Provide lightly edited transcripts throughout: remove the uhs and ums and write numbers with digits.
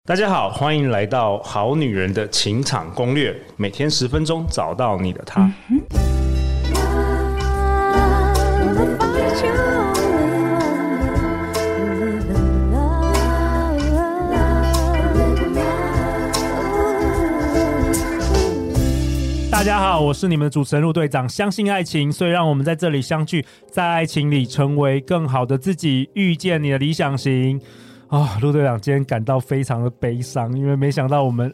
大家好，欢迎来到《好女人的情场攻略》，每天10分钟，找到你的他。大家好，我是你们的主持人陆队长。相信爱情，所以让我们在这里相聚，在爱情里成为更好的自己，遇见你的理想型。陆队长今天感到非常的悲伤，因为没想到我们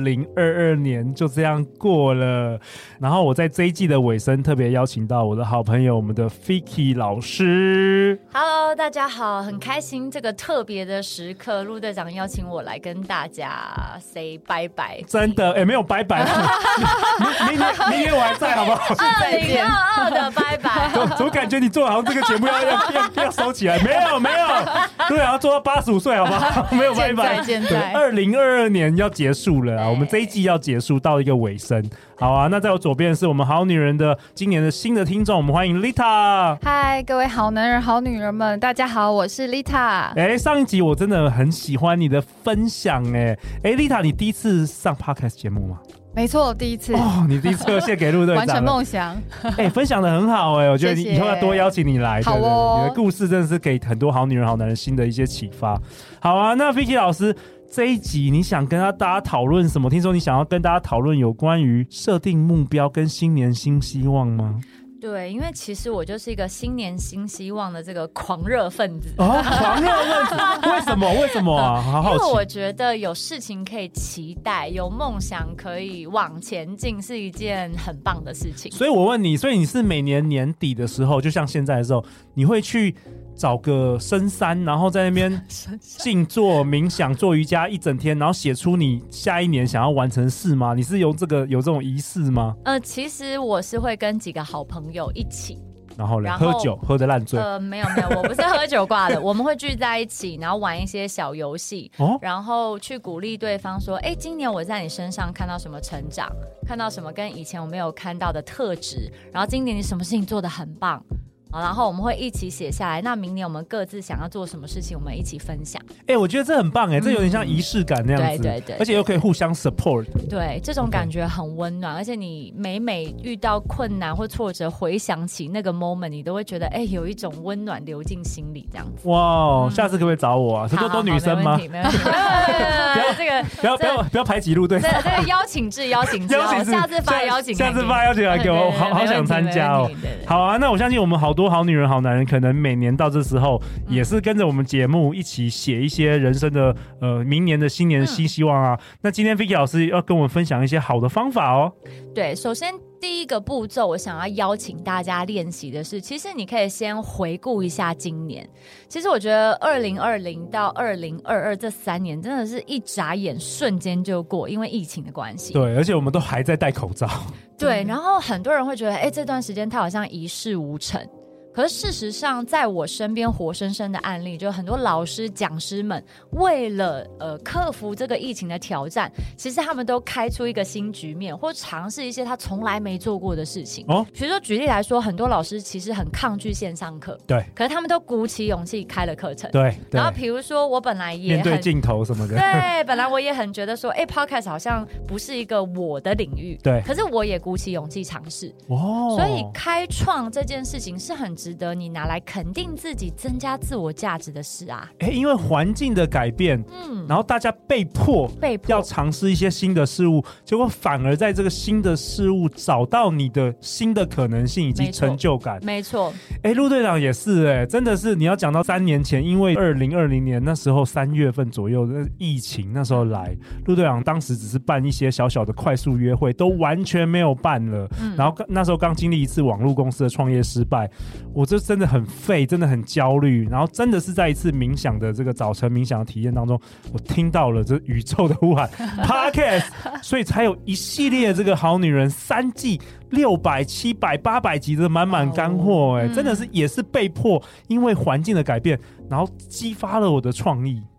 2022年就这样过了。然后我在这一季的尾声特别邀请到我的好朋友，我们的 Vicky 老师。 Hello， 大家好，很开心这个特别的时刻，陆队长邀请我来跟大家 say 拜拜。真的，没有拜拜，明天我还在，好不好 ？2022的拜拜。 怎么感觉你做好像这个节目要收起来？没有，对啊，做到85岁，好不好？没有拜拜。 现在 2022年要结束了啊，我们这一季要结束到一个尾声。好啊，那在我左边是我们好女人的今年的新的听众，我们欢迎 Lita。 嗨，各位好男人好女人们，大家好，我是 Lita。 上一集我真的很喜欢你的分享，Lita， 你第一次上 Podcast 节目吗？ 没错，第一次你第一次献给陆队长， 完成梦想。 分享的很好我觉得以后要多邀请你来。 好哦， 你的故事真的是给很多好女人好男人新的一些启发。好啊，那 Vicky 老师这一集你想跟大家讨论什么？听说你想要跟大家讨论有关于设定目标跟新年新希望吗？ 对，因为其实我就是一个新年新希望的这个狂热分子。 狂热分子？为什么啊？好好奇。 因为我觉得有事情可以期待，有梦想可以往前进，是一件很棒的事情。 所以我问你，所以你是每年年底的时候，就像现在的时候，你会去找个深山，然后在那边静坐冥想做瑜伽一整天，然后写出你下一年想要完成事吗？你是有这种仪式吗？ 其实我是会跟几个好朋友一起， 然后喝酒喝得烂醉。 没有，我不是喝酒挂的。我们会聚在一起，然后玩一些小游戏，然后去鼓励对方说：“今年我在你身上看到什么成长，看到什么跟以前我没有看到的特质，然后今年你什么事情做得很棒。”然后我们会一起写下来，那明年我们各自想要做什么事情，我们一起分享。 我觉得这很棒这有点像仪式感那样子。对，而且又可以互相 support。 对，这种感觉很温暖，而且你每遇到困难或挫折，回想起那个 moment， 你都会觉得有一种温暖流进心里这样子。 哇，下次可不可以找我啊？是都女生吗？ 没问题。 不要排挤陆队长。 这个邀请制，下次发邀请来给我，好想参加哦。好啊，那我相信我们好多好女人好男人可能每年到这时候也是跟着我们节目一起写一些人生的明年的新年新希望啊。那今天 Vicky 老师要跟我们分享一些好的方法哦。 对，首先第一个步骤我想要邀请大家练习的是，其实你可以先回顾一下今年。其实我觉得2020到2022这3年真的是一眨眼瞬间就过，因为疫情的关系。 对，而且我们都还在戴口罩。 对，然后很多人会觉得这段时间他好像一事无成。可是事实上在我身边活生生的案例，就很多老师讲师们为了克服这个疫情的挑战，其实他们都开出一个新局面，或尝试一些他从来没做过的事情。比如说举例来说，很多老师其实很抗拒线上课，对，可是他们都鼓起勇气开了课程。对，然后比如说我本来也面对镜头什么的， 对，本来我也很觉得说podcast 好像不是一个我的领域，对，可是我也鼓起勇气尝试。所以开创这件事情是很值得你拿来肯定自己、增加自我价值的事啊。 因为环境的改变，然后大家被迫要尝试一些新的事物，结果反而在这个新的事物找到你的新的可能性以及成就感。 没错。 陆队长也是真的是你要讲到3年前，因为2020年那时候3月份左右的疫情，那时候来，陆队长当时只是办一些小小的快速约会，都完全没有办了。然后那时候刚经历一次网络公司的创业失败，我这真的很废，真的很焦虑。然后真的是在一次冥想的这个早晨冥想的体验当中，我听到了这宇宙的呼喊Podcast， 所以才有一系列这个好女人3季600、700、800集的满满干货。真的是也是被迫，因为环境的改变，然后激发了我的创意。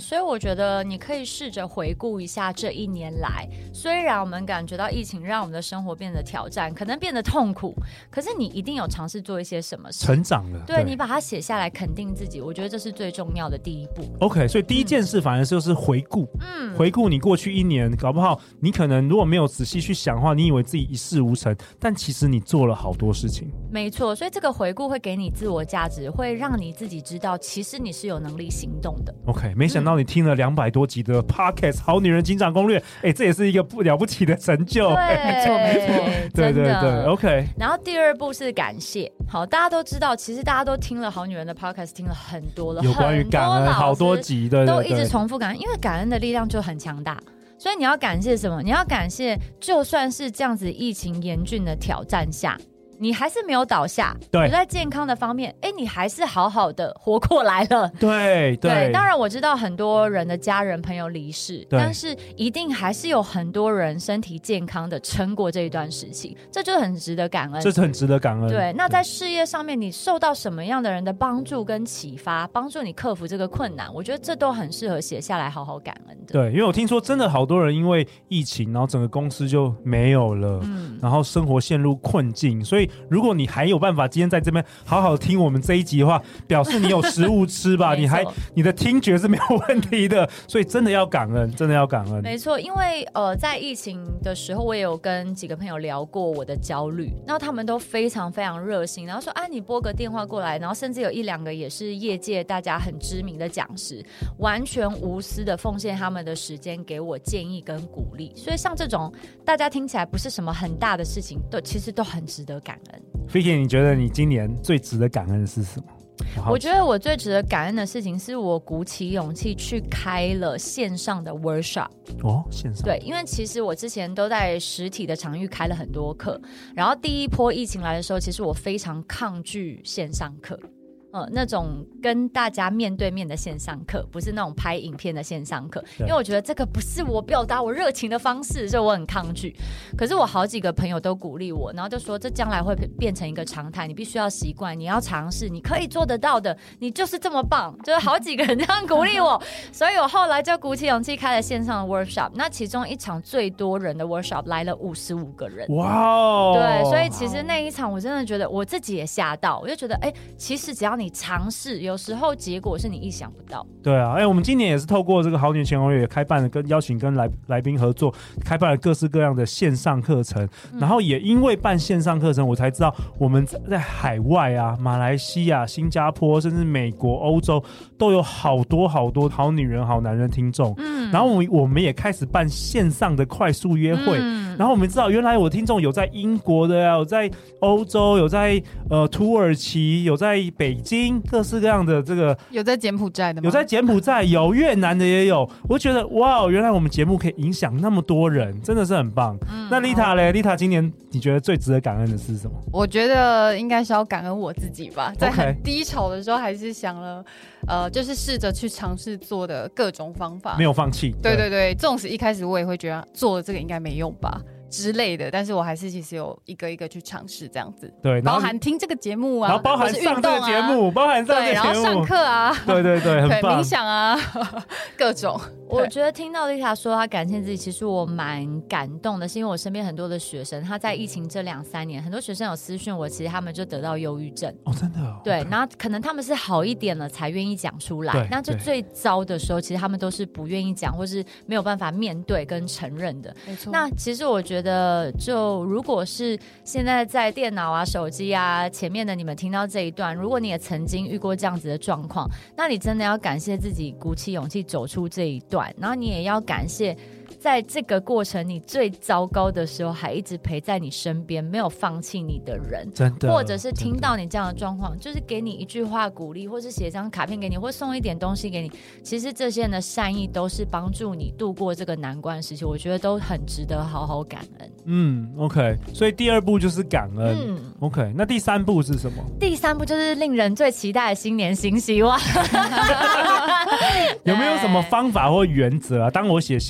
所以我觉得你可以试着回顾一下这一年来，虽然我们感觉到疫情让我们的生活变得挑战，可能变得痛苦，可是你一定有尝试做一些什么事， 成长了。 对，你把它写下来，肯定自己，我觉得这是最重要的第一步。 OK， 所以第一件事反而就是回顾，回顾你过去一年，搞不好你可能如果没有仔细去想的话，你以为自己一事无成，但其实你做了好多事情。 没错，所以这个回顾会给你自我价值，会让你自己知道，其实你是有能力行动的。 OK， 没想到你听了200多集的 Podcast《好女人情场攻略》，这也是一个不了不起的成就。 对，没错没错， 对对对 ，OK。 然后第二步是感谢。好，大家都知道，其实大家都听了好女人的 Podcast， 听了很多了， 有关于感恩好多集的， 都一直重复感恩，因为感恩的力量就很强大。所以你要感谢什么？你要感谢，就算是这样子疫情严峻的挑战下，你还是没有倒下， 对， 你在健康的方面，你还是好好的活过来了。 对 对， 当然我知道很多人的家人朋友离世，但是一定还是有很多人身体健康的撑过这一段时期，这就很值得感恩。 这是很值得感恩。 对，那在事业上面，你受到什么样的人的帮助跟启发，帮助你克服这个困难，我觉得这都很适合写下来好好感恩的。 对，因为我听说真的好多人因为疫情，然后整个公司就没有了，然后生活陷入困境，所以如果你还有办法今天在这边好好听我们这一集的话，表示你有食物吃吧，你的听觉是没有问题的，所以真的要感恩，真的要感恩。 没错，因为在疫情的时候，我也有跟几个朋友聊过我的焦虑，然后他们都非常非常热心，然后说你拨个电话过来，然后甚至有1-2个也是业界大家很知名的讲师，完全无私的奉献他们的时间给我建议跟鼓励，所以像这种大家听起来不是什么很大的事情，其实都很值得感恩。 Vicky， 你觉得你今年最值得感恩的是什么？ 我觉得我最值得感恩的事情是我鼓起勇气去开了线上的 workshop。 线上。 对，因为其实我之前都在实体的场域开了很多课，然后第一波疫情来的时候，其实我非常抗拒线上课。那种跟大家面对面的线上课，不是那种拍影片的线上课，因为我觉得这个不是我表达我热情的方式，所以我很抗拒。可是我好几个朋友都鼓励我，然后就说这将来会变成一个常态，你必须要习惯，你要尝试，你可以做得到的，你就是这么棒。就是好几个人这样鼓励我，所以我后来就鼓起勇气开了线上的 workshop。那其中一场最多人的 workshop 来了55个人， 哇！ 对，所以其实那一场我真的觉得我自己也吓到，我就觉得其实只要你尝试，有时候结果是你意想不到。 对啊，我们今年也是透过这个好女人情场攻略也开办了，邀请跟来宾合作，开办了各式各样的线上课程。然后也因为办线上课程，我才知道我们在海外啊，马来西亚、新加坡，甚至美国、欧洲都有好多好多好女人、好男人听众。然后我们也开始办线上的快速约会。然后我们知道，原来我听众有在英国的有在欧洲，有在土耳其，有在北京，各式各样的这个， 有在柬埔寨的吗？ 有在柬埔寨，有越南的也有。我觉得哇，原来我们节目可以影响那么多人，真的是很棒。那丽塔嘞，丽塔今年你觉得最值得感恩的是什么？ 我觉得应该是要感恩我自己吧，在很低潮的时候，还是想了，就是试着去尝试做的各种方法， 没有放弃。 对对对，纵使一开始我也会觉得做了这个应该没用吧之类的，但是我还是其实有一个一个去尝试这样子。 对， 包含听这个节目啊， 然后包含上这个节目，包含上这个节目， 然后上课啊， 对对对，很棒， 冥想啊，各种。 我觉得听到丽塔说她感谢自己，其实我蛮感动的，是因为我身边很多的学生，他在疫情这2-3年，很多学生有私讯我，其实他们就得到忧郁症。 真的对，然后可能他们是好一点了才愿意讲出来，那就最糟的时候，其实他们都是不愿意讲，或是没有办法面对跟承认的。 没错。 那其实我觉得，就如果是现在在电脑啊、手机啊前面的你们听到这一段，如果你也曾经遇过这样子的状况，那你真的要感谢自己鼓起勇气走出这一段，然后你也要感谢在这个过程你最糟糕的时候还一直陪在你身边没有放弃你的人， 真的， 或者是听到你这样的状况，就是给你一句话鼓励，或是写一张卡片给你，或送一点东西给你，其实这些人的善意都是帮助你度过这个难关时期，我觉得都很值得好好感恩。 OK， 所以第2步就是感恩。OK， 那第3步是什么？ 第3步就是令人最期待的新年新希望。 有没有什么方法或原则啊？当我写新年新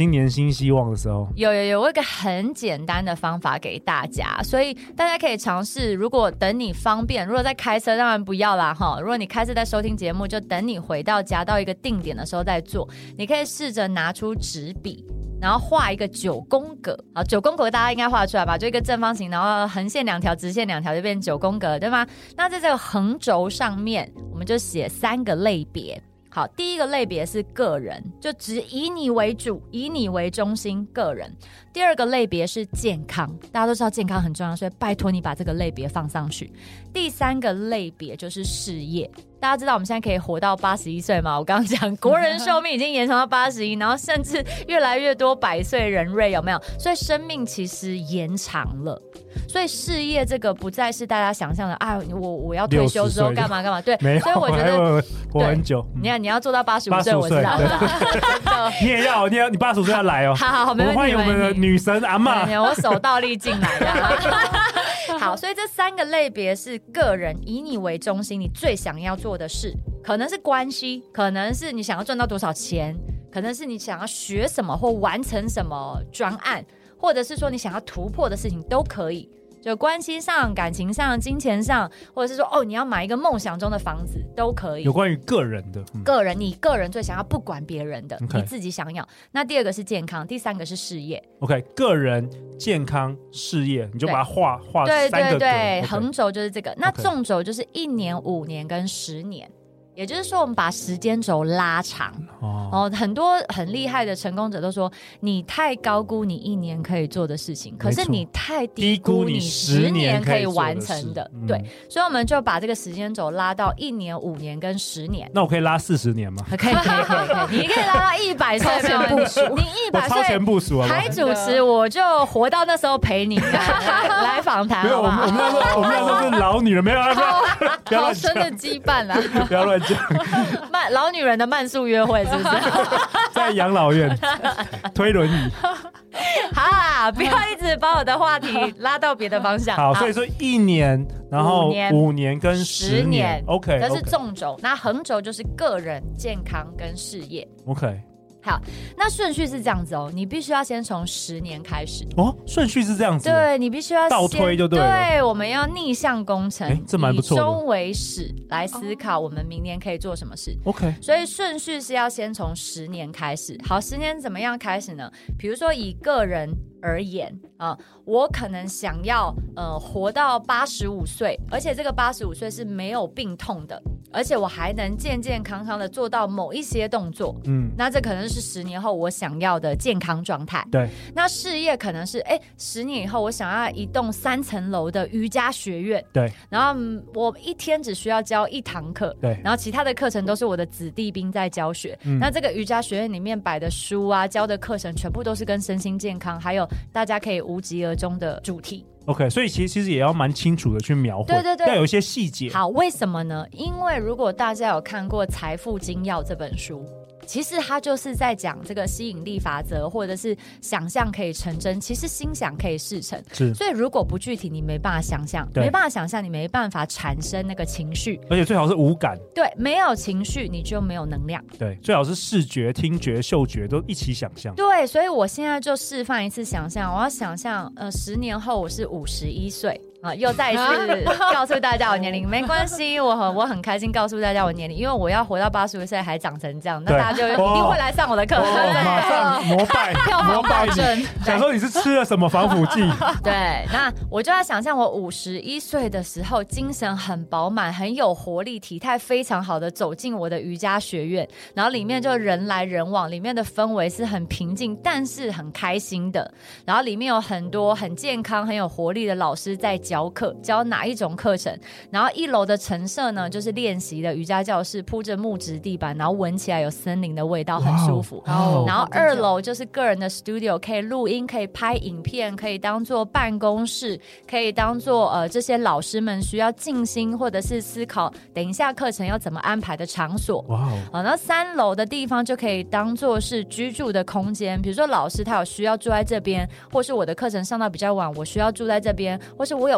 新希望的时候？ 有，我有一个很简单的方法给大家，所以大家可以尝试。如果等你方便，如果在开车，当然不要啦哈。如果你开车在收听节目，就等你回到家到一个定点的时候再做。你可以试着拿出纸笔，然后画一个9宫格。好，9宫格大家应该画得出来吧？就一个正方形，然后横线2条，直线2条，就变9宫格，对吗？那在这个横轴上面，我们就写3个类别。好，第一个类别是个人，就只以你为主，以你为中心，个人。第二个类别是健康，大家都知道健康很重要，所以拜托你把这个类别放上去。第三个类别就是事业，大家知道我们现在可以活到81岁吗？我刚刚讲国人寿命已经延长到81，然后甚至越来越多100岁人瑞，有没有？所以生命其实延长了。所以事业这个不再是大家想象的啊，我要退休之后干嘛干嘛？对，所以我觉得活很久。 你要做到85岁，我知道。真的， 你也要，你85岁要来哦。 好，没问题。 欢迎我们的女神阿嬷， 我手倒立进来的。好，所以这3个类别是个人，以你为中心，你最想要做的事，可能是关系，可能是你想要赚到多少钱，可能是你想要学什么或完成什么专案，或者是说你想要突破的事情都可以。就关系上、感情上、金钱上，或者是说你要买一个梦想中的房子都可以。 有关于个人的， 你个人最想要，不管别人的，你自己想要。那第2个是健康，第3个是事业。 OK， 个人、健康、事业，你就把它画3个。 对，横轴就是这个。那纵轴就是1年、5年跟10年。也就是说，我们把时间轴拉长很多很厉害的成功者都说，你太高估你1年可以做的事情，可是你太低估你10年可以完成的。对，所以我们就把这个时间轴拉到1年、5年跟10年。 那我可以拉40年吗？ 可以，你可以拉到100岁前部署。你100岁超前部署还主持，我就活到那时候陪你来访谈。 没有，我们那时候是老女人，没有，不要好深的羁绊啊！ 不要乱讲。 老女人的慢速约会是不是？ 在养老院推轮椅。 好啦，不要一直把我的话题拉到别的方向。 好，所以说1年，然后5年跟10年。OK， 这是纵轴。那横轴就是个人、健康跟事业。 OK。 好，那顺序是这样子哦，你必须要先从10年开始哦，顺序是这样子， 对，你必须要倒推就对了， 对，我们要逆向工程， 这蛮不错的， 以终为始来思考我们明年可以做什么事。 OK， 所以顺序是要先从10年开始。好，10年怎么样开始呢？比如说以个人而言我可能想要活到85岁，而且这个85岁是没有病痛的，而且我还能健健康康的做到某一些动作。那这可能是10年后我想要的健康状态。 对， 那事业可能是10年以后我想要一栋3层楼的瑜伽学院。 对， 然后我一天只需要教1堂课。 对， 然后其他的课程都是我的子弟兵在教学。那这个瑜伽学院里面摆的书啊，教的课程全部都是跟身心健康还有大家可以无疾而终的主题。 OK， 所以其实也要蛮清楚的去描绘， 对， 要有一些细节。 好，为什么呢？因为如果大家有看过《财富精要》这本书，其实它就是在讲这个吸引力法则，或者是想象可以成真，其实心想可以事成。 是， 所以如果不具体，你没办法想象，没办法想象，你没办法产生那个情绪， 而且最好是无感。 对，没有情绪你就没有能量。 对，最好是视觉、听觉、嗅觉都一起想象。 对，所以我现在就示范一次想象，我要想象10年后我是51岁。又再一次告诉大家我年龄，没关系，我很开心告诉大家我年龄，因为我要活到85岁还长成这样，那大家就一定会来上我的课， 马上膜拜你，想说你是吃了什么防腐剂？ 对，那我就要想象我51岁的时候，精神很饱满，很有活力，体态非常好的走进我的瑜伽学院，然后里面就人来人往，里面的氛围是很平静，但是很开心的，然后里面有很多很健康、很有活力的老师在教课，教哪一种课程。然后1楼的陈设呢，就是练习的瑜伽教室，铺着木质地板，然后闻起来有森林的味道，很舒服。然后2楼就是个人的 studio， 可以录音，可以拍影片，可以当做办公室，可以当做这些老师们需要静心或者是思考等一下课程要怎么安排的场所。然后3楼的地方就可以当做是居住的空间，比如说老师他有需要住在这边，或是我的课程上到比较晚，我需要住在这边，或是我有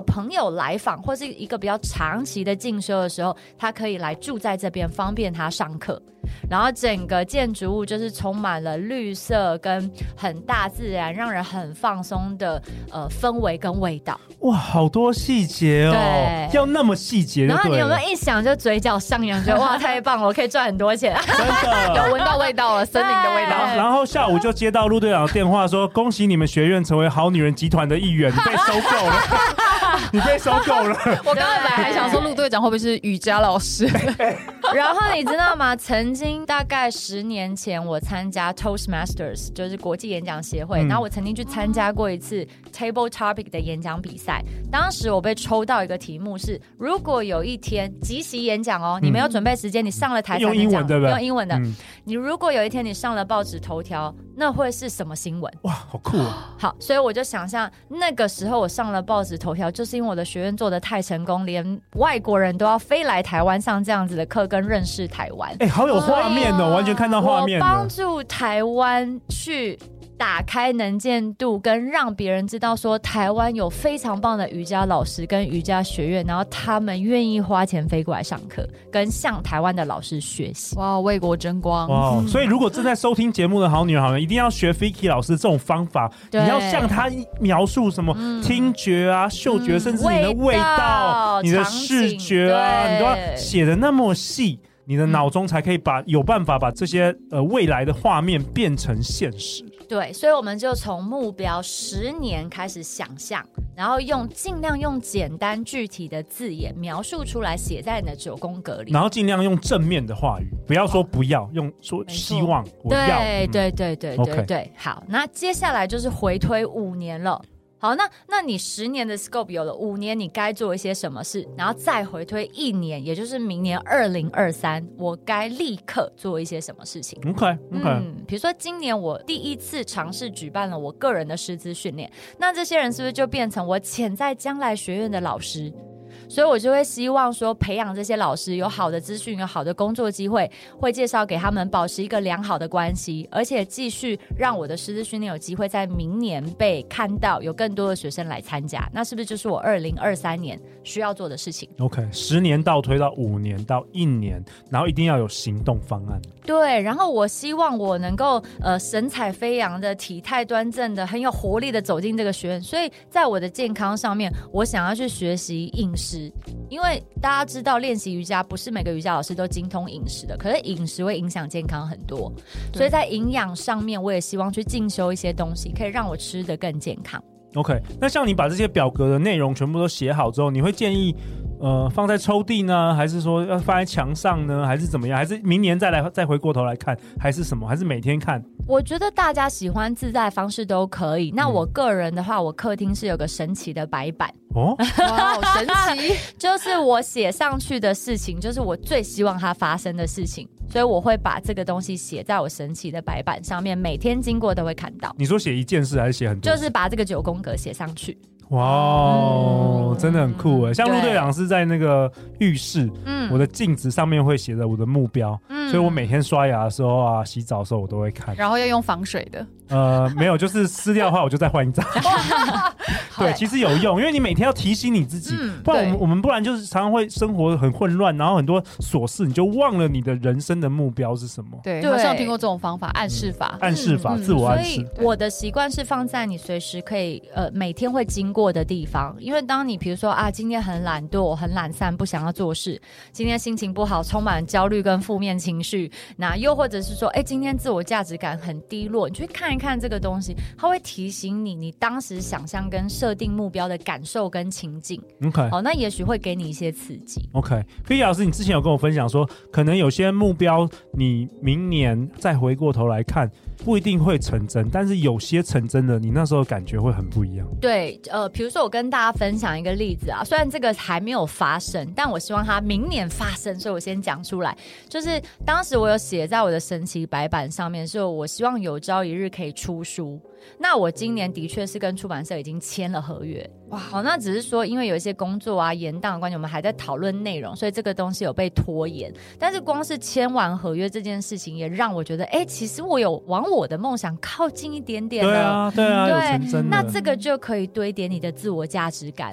朋友来访或是一个比较长期的进修的时候，他可以来住在这边，方便他上课。然后整个建筑物就是充满了绿色跟很大自然，让人很放松的氛围跟味道。 哇，好多细节哦， 对， 要那么细节就对了。 然后你有没有一想就嘴角上扬，觉得哇太棒了，我可以赚很多钱。 真的有闻到味道了，森林的味道。 然后下午就接到陆队长的电话说，恭喜你们学院成为好女人集团的一员，你被收购了。你被收购了。 我刚才本来还想说陆队长会不会是瑜伽老师。 然后你知道吗？曾经大概10年前，我参加 Toastmasters， 就是国际演讲协会，然后我曾经去参加过一次 Table Topic 的演讲比赛。当时我被抽到一个题目是：如果有一天即席演讲哦，你没有准备时间，你上了台才能讲， 用英文对不对？ 用英文的。你如果有一天你上了报纸头条，那会是什么新闻？ 哇，好酷啊！ 好，所以我就想象那个时候我上了报纸头条，就是因为我的学院做得太成功，连外国人都要飞来台湾上这样子的课，跟认识台湾。 好有画面哦，完全看到画面了。 我帮助台湾去打开能见度，跟让别人知道说台湾有非常棒的瑜伽老师跟瑜伽学院，然后他们愿意花钱飞过来上课，跟向台湾的老师学习。 哇，为国争光！ 哇，所以如果正在收听节目的好女人好人，一定要学 Vicky 老师这种方法，你要向他描述什么听觉啊、嗅觉，甚至你的味道、你的视觉啊，你都要写得那么细。你的脑中才可以有办法把这些未来的画面变成现实。 对，所以我们就从目标10年开始想象，然后尽量用简单具体的字眼描述出来，写在你的9宫格里， 然后尽量用正面的话语，不要说不要，用说希望我要。 对，好，那接下来就是回推5年了。好，那你10年的 scope 有了，5年你该做一些什么事，然后再回推1年，也就是明年2023，我该立刻做一些什么事情。 OK， 比如说今年我第一次尝试举办了我个人的师资训练，那这些人是不是就变成我潜在将来学院的老师？所以我就会希望说，培养这些老师有好的资讯，有好的工作机会，会介绍给他们，保持一个良好的关系，而且继续让我的师资训练有机会在明年被看到，有更多的学生来参加。那是不是就是我2023年需要做的事情 ？OK，10年倒推到5年到1年，然后一定要有行动方案。 对，然后我希望我能够神采飞扬的、体态端正的、很有活力的走进这个学院。所以在我的健康上面，我想要去学习饮食，因为大家知道练习瑜伽不是每个瑜伽老师都精通饮食的，可是饮食会影响健康很多，所以在营养上面我也希望去进修一些东西，可以让我吃得更健康。 OK， 那像你把这些表格的内容全部都写好之后，你会建议放在抽屉呢，还是说要放在墙上呢，还是怎么样？还是明年再回过头来看，还是什么？还是每天看？ 我觉得大家喜欢自在的方式都可以。那我个人的话，我客厅是有个神奇的白板哦， 哇，好神奇！ 就是我写上去的事情，就是我最希望它发生的事情，所以我会把这个东西写在我神奇的白板上面，每天经过都会看到。 你说写一件事还是写很多？ 就是把这个9宫格写上去。 哇，真的很酷哎！像陆队长是在那个浴室，我的镜子上面会写着我的目标，所以我每天刷牙的时候啊、洗澡的时候我都会看。 然后要用防水的。 没有，就是撕掉的话我就再换一张。对，其实有用，因为你每天要提醒你自己，不然我们不然就是常常会生活很混乱，然后很多琐事，你就忘了你的人生的目标是什么。 对，好像有听过这种方法，暗示法， 自我暗示。 所以我的习惯是放在你随时可以每天会经过的地方，因为当你比如说啊，今天很懒惰、很懒散，不想要做事，今天心情不好，充满焦虑跟负面情绪，那又或者是说，今天自我价值感很低落，你去看一看这个东西，它会提醒你当时想象跟设定目标的感受跟情境。 OK， 好，那也许会给你一些刺激。 OK，Vicky 老师，你之前有跟我分享说，可能有些目标你明年再回过头来看，不一定会成真，但是有些成真的，你那时候感觉会很不一样。 对，比如说我跟大家分享一个例子啊，虽然这个还没有发生，但我希望它明年发生，所以我先讲出来。就是当时我有写在我的神奇白板上面，是我希望有朝一日可以出书。那我今年的确是跟出版社已经签了合约，哇，好，那只是说因为有一些工作啊、延档的关系，我们还在讨论内容，所以这个东西有被拖延。但是光是签完合约这件事情，也让我觉得，其实我有往我的梦想靠近一点点了。 对啊，有成真的。 那这个就可以堆叠你的自我价值感了。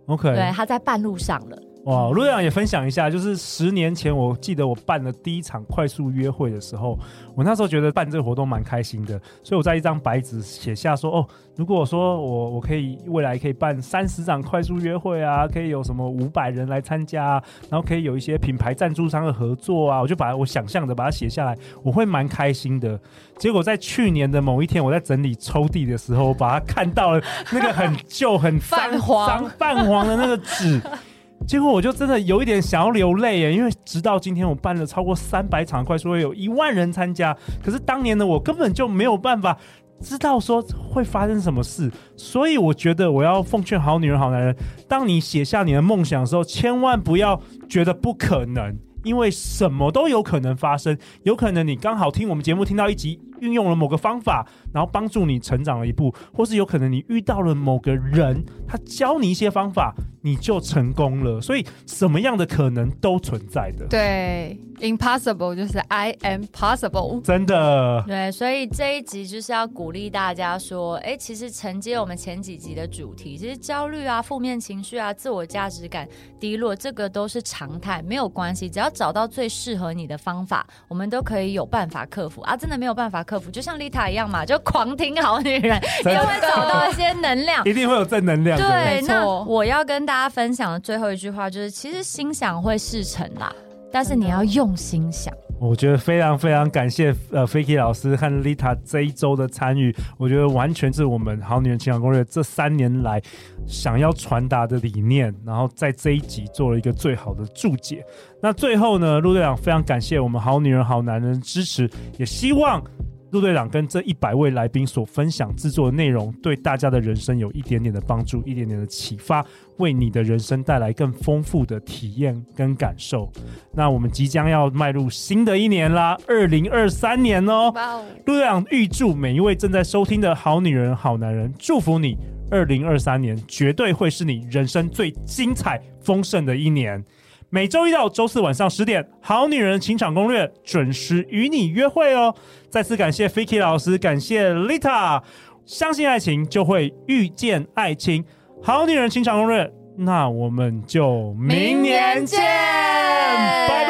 OK， 对，他在半路上了。 哇，陆队长也分享一下，就是10年前我记得我办了第一场快速约会的时候，我那时候觉得办这个活动蛮开心的，所以我在一张白纸写下说，哦，如果说我可以未来可以办30场快速约会啊，可以有什么500人来参加啊，然后可以有一些品牌赞助商的合作啊，我就把我想象的把它写下来，我会蛮开心的。结果在去年的某一天，我在整理抽屉的时候，我把它看到了那个很旧很泛黄泛黄的那个纸。结果我就真的有一点想要流泪耶，因为直到今天我办了超过300场快速会，有1万人参加，可是当年的我根本就没有办法知道说会发生什么事，所以我觉得我要奉劝好女人好男人，当你写下你的梦想的时候，千万不要觉得不可能，因为什么都有可能发生，有可能你刚好听我们节目听到一集，运用了某个方法，然后帮助你成长了一步，或是有可能你遇到了某个人，他教你一些方法，你就成功了。所以什么样的可能都存在的。 对 ，impossible 就是 I am possible， 真的。 对，所以这一集就是要鼓励大家说，其实承接我们前几集的主题，其实焦虑啊、负面情绪啊、自我价值感低落，这个都是常态，没有关系，只要找到最适合你的方法，我们都可以有办法克服啊。真的没有办法克服，就像丽塔一样嘛，就狂听好女人，也会找到一些能量， 一定会有正能量的。 对，那我要跟大家分享的最后一句话就是，其实心想会事成啦，但是你要用心想。 我觉得非常非常感谢Vicky 老师和 Lita 这一周的参与，我觉得完全是我们好女人情感攻略这3年来想要传达的理念，然后在这一集做了一个最好的注解。那最后呢，陆队长非常感谢我们好女人好男人的支持，也希望陆队长跟这100位来宾所分享制作的内容，对大家的人生有一点点的帮助，一点点的启发，为你的人生带来更丰富的体验跟感受。那我们即将要迈入新的一年啦，2023年哦。陆队长预祝每一位正在收听的好女人好男人，祝福你2023年绝对会是你人生最精彩丰盛的一年。每周一到周四晚上10点，好女人情场攻略准时与你约会哦。再次感谢 Vicky 老师，感谢 Lita， 相信爱情就会遇见爱情，好女人情场攻略，那我们就明年见，拜拜。